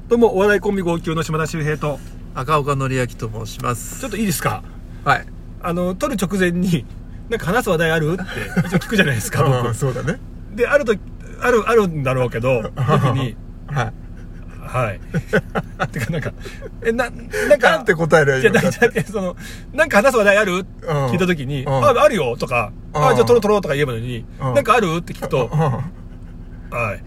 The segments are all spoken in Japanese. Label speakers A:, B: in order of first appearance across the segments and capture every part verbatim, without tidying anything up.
A: どうもお笑いコンビ号泣の島田秀平と
B: 赤岡典明と申します。
A: ちょっといいですか。
B: はい。
A: あの撮る直前になんか話す話題あるって一応聞くじゃないですか僕。
B: そうだね。
A: であるとあるあるんだろうけど時に
B: はい
A: はいてかなんかえななんか
B: なんて答えりゃいいのかって。
A: だってそのなんか話す話題あるって聞いた時に、うん、ああるよとか、うん、あじゃあ撮ろう撮ろうとか言えばいいのに、うん、なんかあるって聞くと、うん、はい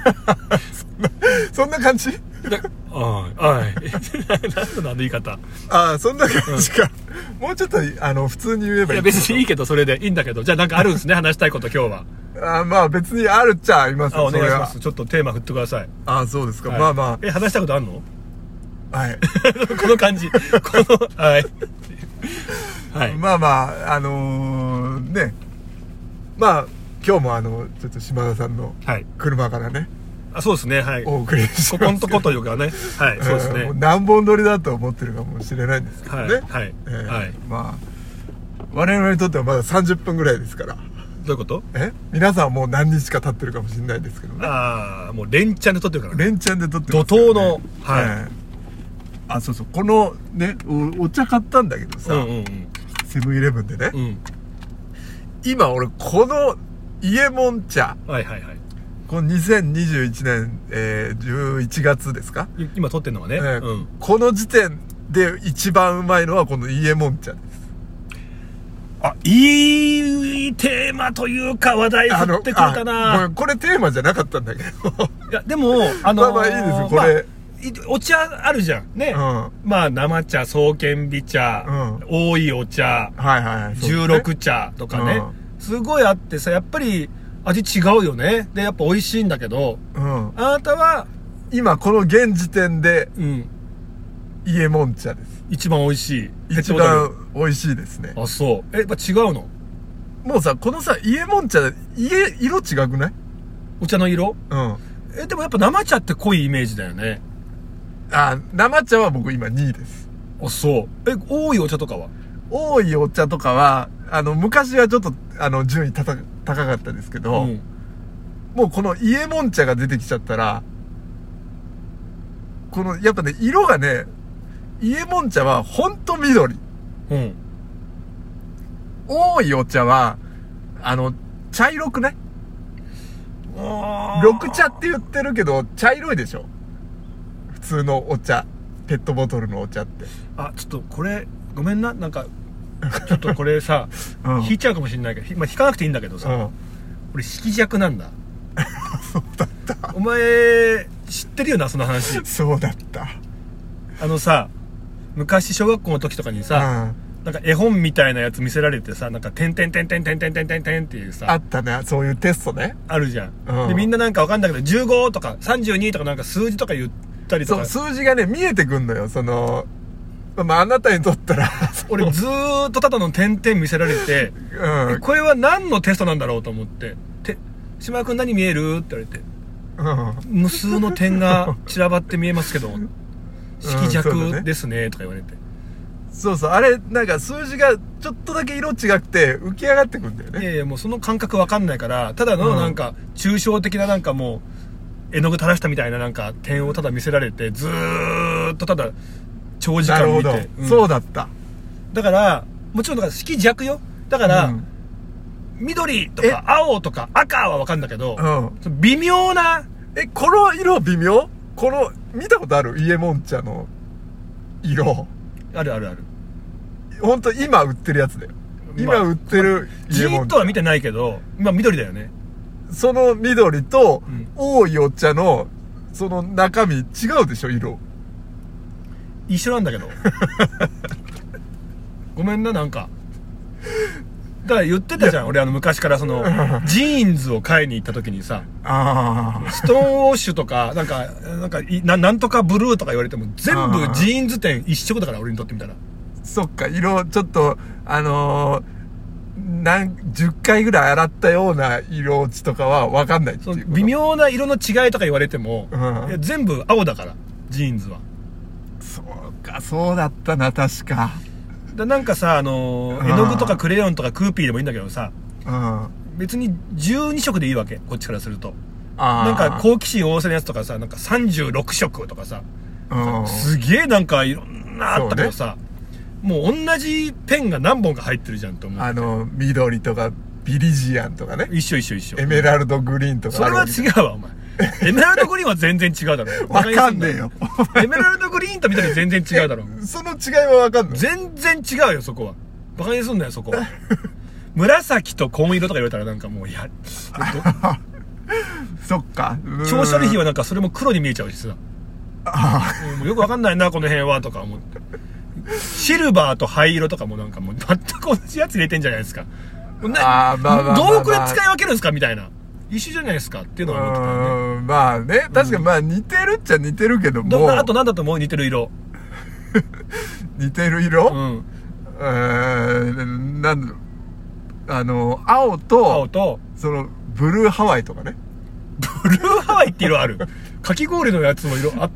B: そんな感じ。
A: はいはい何のあの言い方。
B: ああそんな感じか、うん、もうちょっとあの普通に言えばいい。いや
A: 別にいいけどそれでいいんだけど、じゃあなんかあるんですね話したいこと今日は。
B: あまあ別にあるっちゃありますよ。
A: あお願いします。ちょっとテーマ振ってください。
B: あそうですか、はい、まあまあ
A: え話したいことあんの。
B: はい
A: この感じこのはい
B: はいまあまああのー、ねまあ今日もあのちょっと島田さんの車からね、はい、
A: あそうですねはい
B: お送りします。
A: ここんとこというかねはいそうですね、
B: もう何本撮りだと思ってるかもしれないんですけどね。
A: はいはい、えーはい、
B: まあ我々にとってはまださんじゅっぷんぐらいですから。
A: どういうこと。え
B: 皆さんはもう何日か経ってるかもしれないですけどね。
A: ああもう連チャンで撮ってるから、ね、
B: 連チャンで撮ってる、
A: 怒涛のはい、えー、
B: あそうそうこのね お, お茶買ったんだけどさ、うんうんうん、セブンイレブンでね、うん、今俺この伊右衛門茶、
A: はいはいはい、
B: このにせんにじゅういちねん、えー、じゅういちがつですか
A: 今撮ってんのはね、えーうん、
B: この時点で一番うまいのはこの伊右衛門茶です。
A: あいいテーマというか話題振ってくるかな。
B: これテーマじゃなかったんだけど
A: いやでもあのー、
B: まあまあいいですよこれ、
A: まあ、お茶あるじゃんね、うん、まあ生茶、爽健美茶、うん、多いお茶、
B: はいはいはい、
A: じゅうろく茶とかね、うん、すごいあってさやっぱり味違うよね。でやっぱ美味しいんだけど、うん、あなたは
B: 今この現時点で、うん、伊右衛門茶です。
A: 一番美味しい。
B: 一番美味しいですね。
A: あそうえやっぱ違うの。
B: もうさこのさ伊右衛門茶家色違くない？
A: お茶の色。
B: うん
A: えでもやっぱ生茶って濃いイメージだよね。
B: あ生茶は僕今にいです。
A: あそうえ多いお茶とかは
B: 多いお茶とかはあの昔はちょっとあの順位たた高かったですけど、うん、もうこの伊右衛門茶が出てきちゃったらこのやっぱね色がね伊右衛門茶はほんと緑、うん、多いお茶はあの茶色くね。緑茶って言ってるけど茶色いでしょ普通のお茶。ペットボトルのお茶って。
A: あちょっとこれごめんななんかちょっとこれさ、うん、引いちゃうかもしれないけど、まあ、引かなくていいんだけどさ、うん、俺色弱なんだ
B: そうだった。
A: お前知ってるよなその話。
B: そうだった。
A: あのさ昔小学校の時とかにさ、うん、なんか絵本みたいなやつ見せられてさなんかてんてんてんてんてんてんてんてんてんっていうさ
B: あったねそういうテストね
A: あるじゃん、うん、でみんななんかわかんないけどじゅうごとかさんじゅうにとかなんか数字とか言ったりとか
B: そう数字がね見えてくんのよ。そのまああなたにとったら
A: 俺ずーっとただの点々見せられて、うん、これは何のテストなんだろうと思ってて島田君何見えるって言われて、うん、無数の点が散らばって見えますけど色弱ですねとか言われて、
B: そうそうあれなんか数字がちょっとだけ色違くて浮き上がってくんだよね。
A: いやいやもうその感覚わかんないからただのなんか抽象的ななんかもう絵の具垂らしたみたいななんか点をただ見せられてずーっとただ長時間見て。なるほど、うん、
B: そうだった。
A: だからもちろんだから色弱よ。だから、うん、緑とか青とか赤はわかんだけど、うん、微妙な
B: えこの色微妙。この見たことある伊右衛門茶の色。
A: あるあるある。
B: 本当今売ってるやつだよ。今売ってる伊右衛門茶、まあ、じーっ
A: とは見てないけど今緑だよね。
B: その緑と、うん、多いお茶のその中身違うでしょ色。
A: 一緒なんだけどごめんななんかだから言ってたじゃん俺あの昔からそのジーンズを買いに行った時にさあストーンウォッシュとかなんかなんかななんとかブルーとか言われても全部ジーンズ店一色だから俺にとってみたら。
B: そっか色ちょっとあのー、何じゅっかいぐらい洗ったような色落ちとかは分かんないっていうこと。
A: 微妙な色の違いとか言われても、うん、いや全部青だからジーンズは。
B: そうかそうだったな確か。
A: だなんかさあのー、絵の具とかクレヨンとかクーピーでもいいんだけどさ、うん、別にじゅうにしょくでいいわけこっちからすると。 なんか好奇心旺盛なやつとかさ、なんかさんじゅうろくしょくとかさ、すげえなんかいろんなあったけどさ、もう同じペンが何本か入ってるじゃんと思う。
B: あの緑とかビリジアンとかね、
A: 一緒一緒一緒。
B: エメラルドグリーンとか。
A: それは違うわお前。エメラルドグリーンは全然違うだろ。
B: わかんねえよ。
A: エメラルドグリーンと緑全然違うだろ。
B: その違いはわかんない。
A: 全然違うよそこは。バカにすんなよそこは。紫と紺色とか言われたらなんかもういや。
B: そっか。
A: 調処理費はなんかそれも黒に見えちゃうしさ。もうよくわかんないなこの辺はとか思って。シルバーと灰色とかもなんかもう全く同じやつ入れてんじゃないですか。な、どうこれ使い分けるんですかみたいな。一緒じゃないですかっていうのは思ってたよね。
B: まあね、確かにまあ似てるっちゃ似てるけども。
A: あと何だと思う？似てる色。
B: 似てる色？
A: うん。
B: えー、なんだろう。あの、青と、
A: 青と、
B: その、ブルーハワイとかね。
A: ブルーハワイって色ある？かき氷のやつの色あった？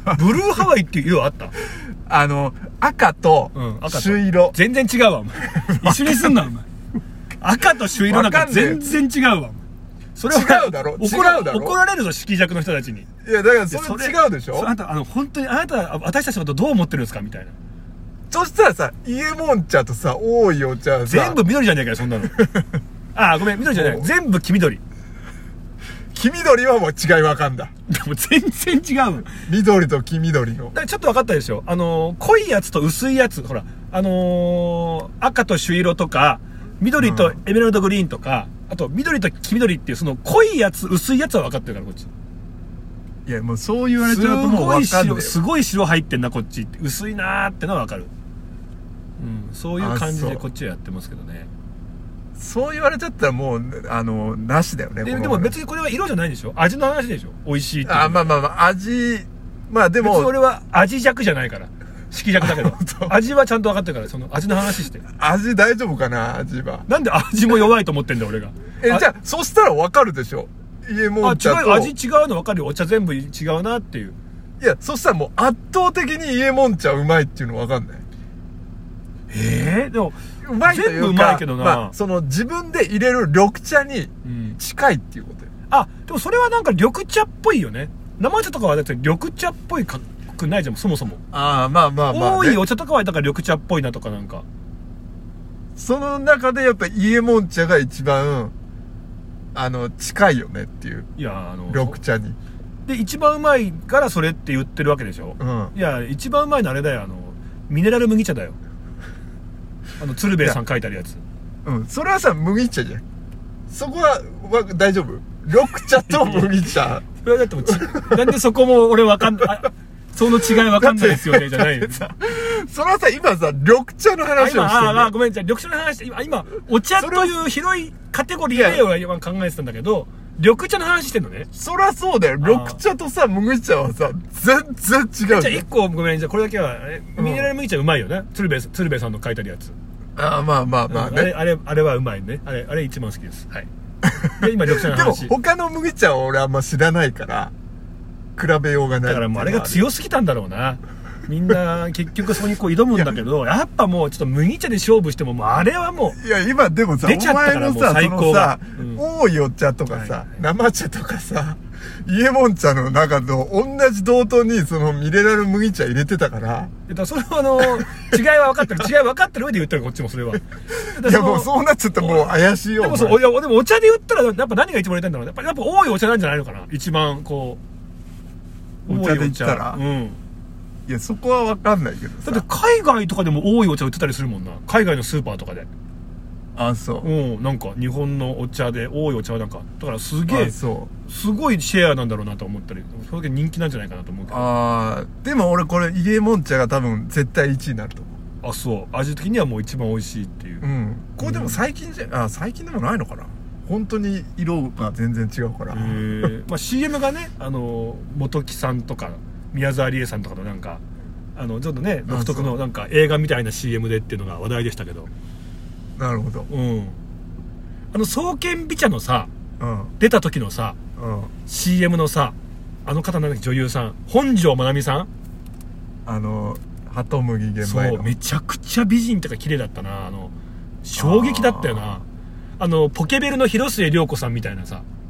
A: ブルーハワイっていう色あった？
B: あの、赤と、朱色。
A: 全然違うわ、お前。一緒にすんな、お前。赤と朱色なんか全然違うわ。それは
B: 違うだろ
A: 怒ら怒られるぞ色弱の人たちに。
B: いやだからそれ違うでしょ。
A: あなたあの本当にあなた私たちのことどう思ってるんですかみたいな。
B: そしたらさ伊右衛門茶とさ多いお茶さ
A: 全部緑じゃねえかよそんなの。ああごめん緑じゃない全部黄緑。
B: 黄緑はもう違いわかんだ。
A: でも全然違う。
B: 緑と黄緑の。
A: だからちょっと分かったでしょ。あのー、濃いやつと薄いやつほらあのー、赤と朱色とか緑とエメラルドグリーンとか。うんあと緑と黄緑っていうその濃いやつ薄いやつは分かってるからこっち。
B: いやもうそう言われちゃうともう分かんない。
A: すごい白入ってんなこっち薄いなーってのは分かる。うんそういう感じでこっちはやってますけどね。
B: そう言われちゃったらもうあのなしだよね。
A: で, でも別にこれは色じゃないでしょ。味の話でしょ。美味しいっていう。
B: あまあまあまあ味まあでも
A: 別に俺は味弱じゃないから。色弱だけど味はちゃんと分かってるからその味の話して。
B: 味大丈夫かな味は。
A: なんで味も弱いと思ってんだ俺が。
B: えじゃあそしたら分かるでしょ。伊右衛門茶と。
A: あ違う味違うの分かるよ。お茶全部違うなっていう。
B: いやそしたらもう圧倒的に伊右衛門茶うまいっていうの分かんない。
A: ええー、でも
B: うまいというか
A: 全部うまいけどな、
B: まあ、その自分で入れる緑茶に近いっていうことよ、
A: うん、あでもそれはなんか緑茶っぽいよね。生茶とかはだって緑茶っぽいかくないじゃんそもそも。
B: ああまあまあまあ、ね、
A: 多いお茶とかはだから緑茶っぽいなとかなんか
B: その中でやっぱ伊右衛門茶が一番あの近いよねっていう。
A: いやあの
B: 緑茶に
A: で一番うまいからそれって言ってるわけでしょ、うん、いや一番うまいのあれだよあのミネラル麦茶だよ。あの鶴瓶さん書いてあるやつ。
B: うんそれはさ麦茶じゃん。そこは大丈夫。緑茶と麦茶
A: それはだってもなんでそこも俺わかんないその違いわかんないですよねじゃないよ。
B: それはさ今さ緑茶の話をしてる。
A: ああごめんじゃ緑茶の話今今お茶という広いカテゴリーで俺は考えてたんだけど緑茶の話してんのね。
B: そりゃそうだよ。緑茶とさ麦茶はさ全然違う。じゃ
A: あ一個ごめんじゃあこれだけはミネラル麦茶うまいよね。鶴瓶鶴瓶さんの書いてあるやつ。
B: ああまあまあまあね、
A: うん、あれあれあれはうまいね。あれあれ一番好きです。はい。で今緑茶の話。
B: でも他の麦茶は俺あんま知らないから比べようがない。
A: だからもうあれが強すぎたんだろうな。みんな結局そこにこう挑むんだけどやっぱもうちょっと麦茶で勝負してももうあれはもう
B: いや今でもさ
A: 出ちゃったからもう最高が
B: そのさ、うん、多いお茶とかさ、はいはい、生茶とかさ伊右衛門茶の中と同じ同等にそのミネラル麦茶入れてたから。
A: だからそれはあの違いは分かってる違い分かってる上で言ってるこっちもそれは。い
B: やもうそうなっちゃったらもう怪しいよ。
A: でもそういやでもお茶で言ったらやっぱ何が一番入れてんだろう。やっぱやっぱ多いお茶なんじゃないのかな一番こ
B: うお茶で言ったら。うんいやそこは分かんないけどさ。
A: だって海外とかでも多いお茶売ってたりするもんな。海外のスーパーとかで。
B: あそう。
A: うんなんか日本のお茶で多いお茶はなんかだからすげえすごいシェアなんだろうなと思ったりそれだけ人気なんじゃないかなと思うけど。
B: ああでも俺これ伊右衛門茶が多分絶対いちいになると思う。
A: あそう味的にはもう一番美味しいっていう。
B: うんこれでも最近じゃ、うん、あ最近でもないのかな。本当に色が全然違うから。へ
A: えまあ シーエム がねあの本木さんとか宮沢りえさんとかのなんかあのちょっとね独特のなんか映画みたいな シーエム でっていうのが話題でしたけど。
B: なるほど。
A: うんあの創建美茶のさ、うん、出た時のさ、うん、シーエム のさあの方なんだっけ女優さん本上まなみさん
B: あの鳩麦玄米の
A: そうめちゃくちゃ美人とか綺麗だったな。あの衝撃だったよな。あのポケベルの広末涼子さんみたいなさ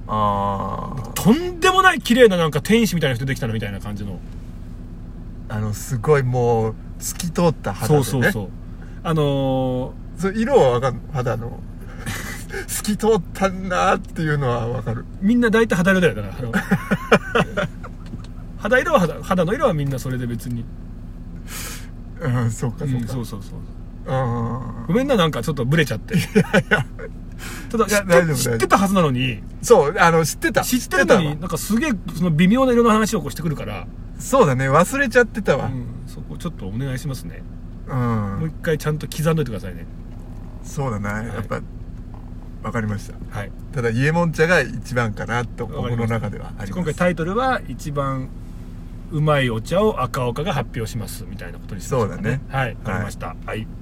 B: ああ
A: とんでもない綺麗ななんか天使みたいな人できたのみたいな感じの、
B: あのすごいもう透き通った肌でね。
A: そうそうそう、あの
B: ー、そ色は分かん肌の透き通ったなーっていうのは分かる。
A: みんな大体肌色だよだからあの肌色は 肌, 肌の色はみんなそれで別に、
B: うん、そうかそうか、
A: うん、そうそうそう、
B: あ
A: ごめんな、なんかちょっとブレちゃっていやいやただ知って知ってたはずなのに、
B: そうあの知ってた
A: 知ってるのになんかすげえその微妙な色の話をこうしてくるから、
B: そうだね、忘れちゃってたわ、
A: うん、そこちょっとお願いしますね、
B: うん、
A: もう一回ちゃんと刻んどいてくださいね。
B: そうだな、はい、やっぱ分かりました、はい、ただ伊右衛門茶が一番かなと僕の中ではあります。
A: 今回タイトルは一番うまいお茶を赤岡が発表しますみたいなことにしましょうかね。
B: そうだね、
A: はい、わかりました、はい、はい。